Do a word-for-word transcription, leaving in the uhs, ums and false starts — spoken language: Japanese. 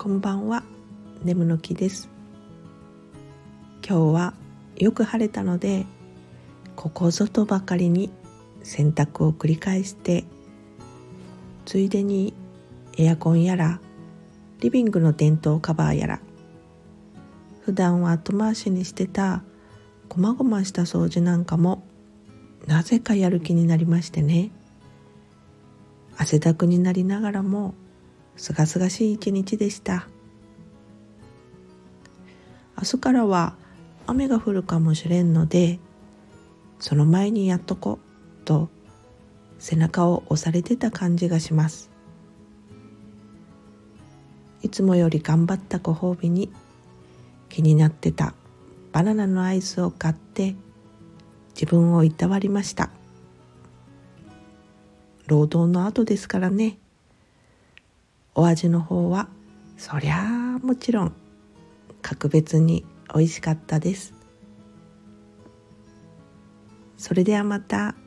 こんばんは、ねむの木です。今日はよく晴れたので、ここぞとばかりに洗濯を繰り返して、ついでにエアコンやらリビングの電灯カバーやら、普段は後回しにしてたこまごました掃除なんかもなぜかやる気になりましてね。汗だくになりながらもすがすがしい一日でした。明日からは雨が降るかもしれんので、その前にやっとこうと背中を押されてた感じがします。いつもより頑張ったご褒美に気になってたバナナのアイスを買って自分をいたわりました。労働の後ですからね。お味の方はそりゃあもちろん格別に美味しかったです。それではまた。